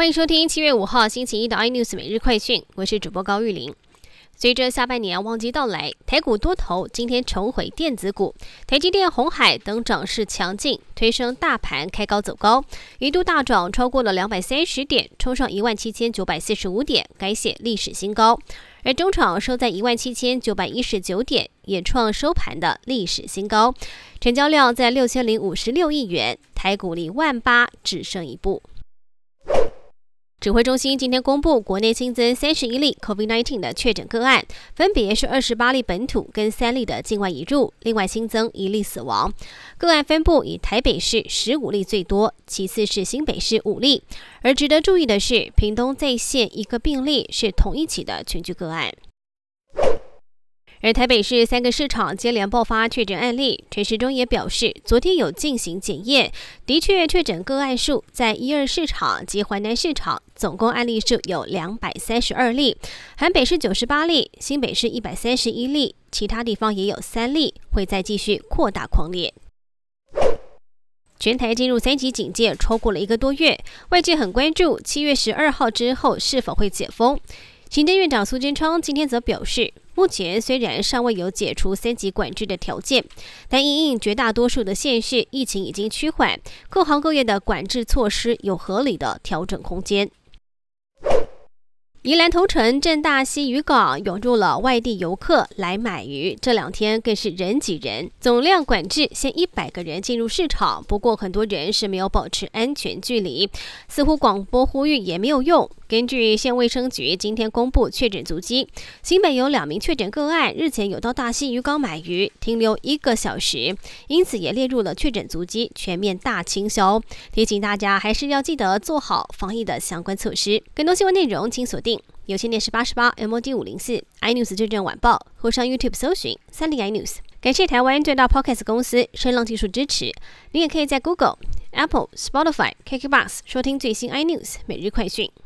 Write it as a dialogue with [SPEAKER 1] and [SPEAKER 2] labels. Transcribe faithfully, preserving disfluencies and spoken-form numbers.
[SPEAKER 1] 欢迎收听七月五号星期一的 iNews 每日快讯，我是主播高玉玲。随着下半年旺季到来，台股多头今天重回电子股，台积电、鸿海等涨势强劲，推升大盘开高走高，一度大涨超过了两百三十点，冲上一万七千九百四十五点，改写历史新高。而中场收在一万七千九百一十九点，也创收盘的历史新高，成交量在六千零五十六亿元，台股离万八只剩一步。指挥中心今天公布，国内新增三十一例 COVID 十九 的确诊个案，分别是二十八例本土跟三例的境外移入，另外新增一例死亡。个案分布以台北市十五例最多，其次是新北市五例。而值得注意的是，屏东再现一个病例是同一起的群聚个案。而台北市三个市场接连爆发确诊案例，陈时中也表示，昨天有进行检验，的确确诊个案数在一二市场及环南市场总共案例数有两百三十二例，含北市九十八例，新北市一百三十一例，其他地方也有三例，会再继续扩大匡列。全台进入三级警戒超过了一个多月，外界很关注七月十二号之后是否会解封。行政院长苏贞昌今天则表示，目前虽然尚未有解除三级管制的条件，但因应绝大多数的县市疫情已经趋缓，各行各业的管制措施有合理的调整空间。宜兰头城正大溪渔港涌入了外地游客来买鱼，这两天更是人挤人，总量管制限一百个人进入市场，不过很多人是没有保持安全距离，似乎广播呼吁也没有用。根据县卫生局今天公布确诊足迹，新北有两名确诊个案日前有到大溪渔港买鱼，停留一个小时，因此也列入了确诊足迹，全面大清消。提醒大家还是要记得做好防疫的相关措施。更多新闻内容请锁定有线电视八十八 M O D 五零四 iNews 真正晚报，或上 YouTube 搜寻三立 iNews。感谢台湾最大 Podcast 公司声浪技术支持。你也可以在 Google、Apple、Spotify、K K B O X 收听最新 iNews 每日快讯。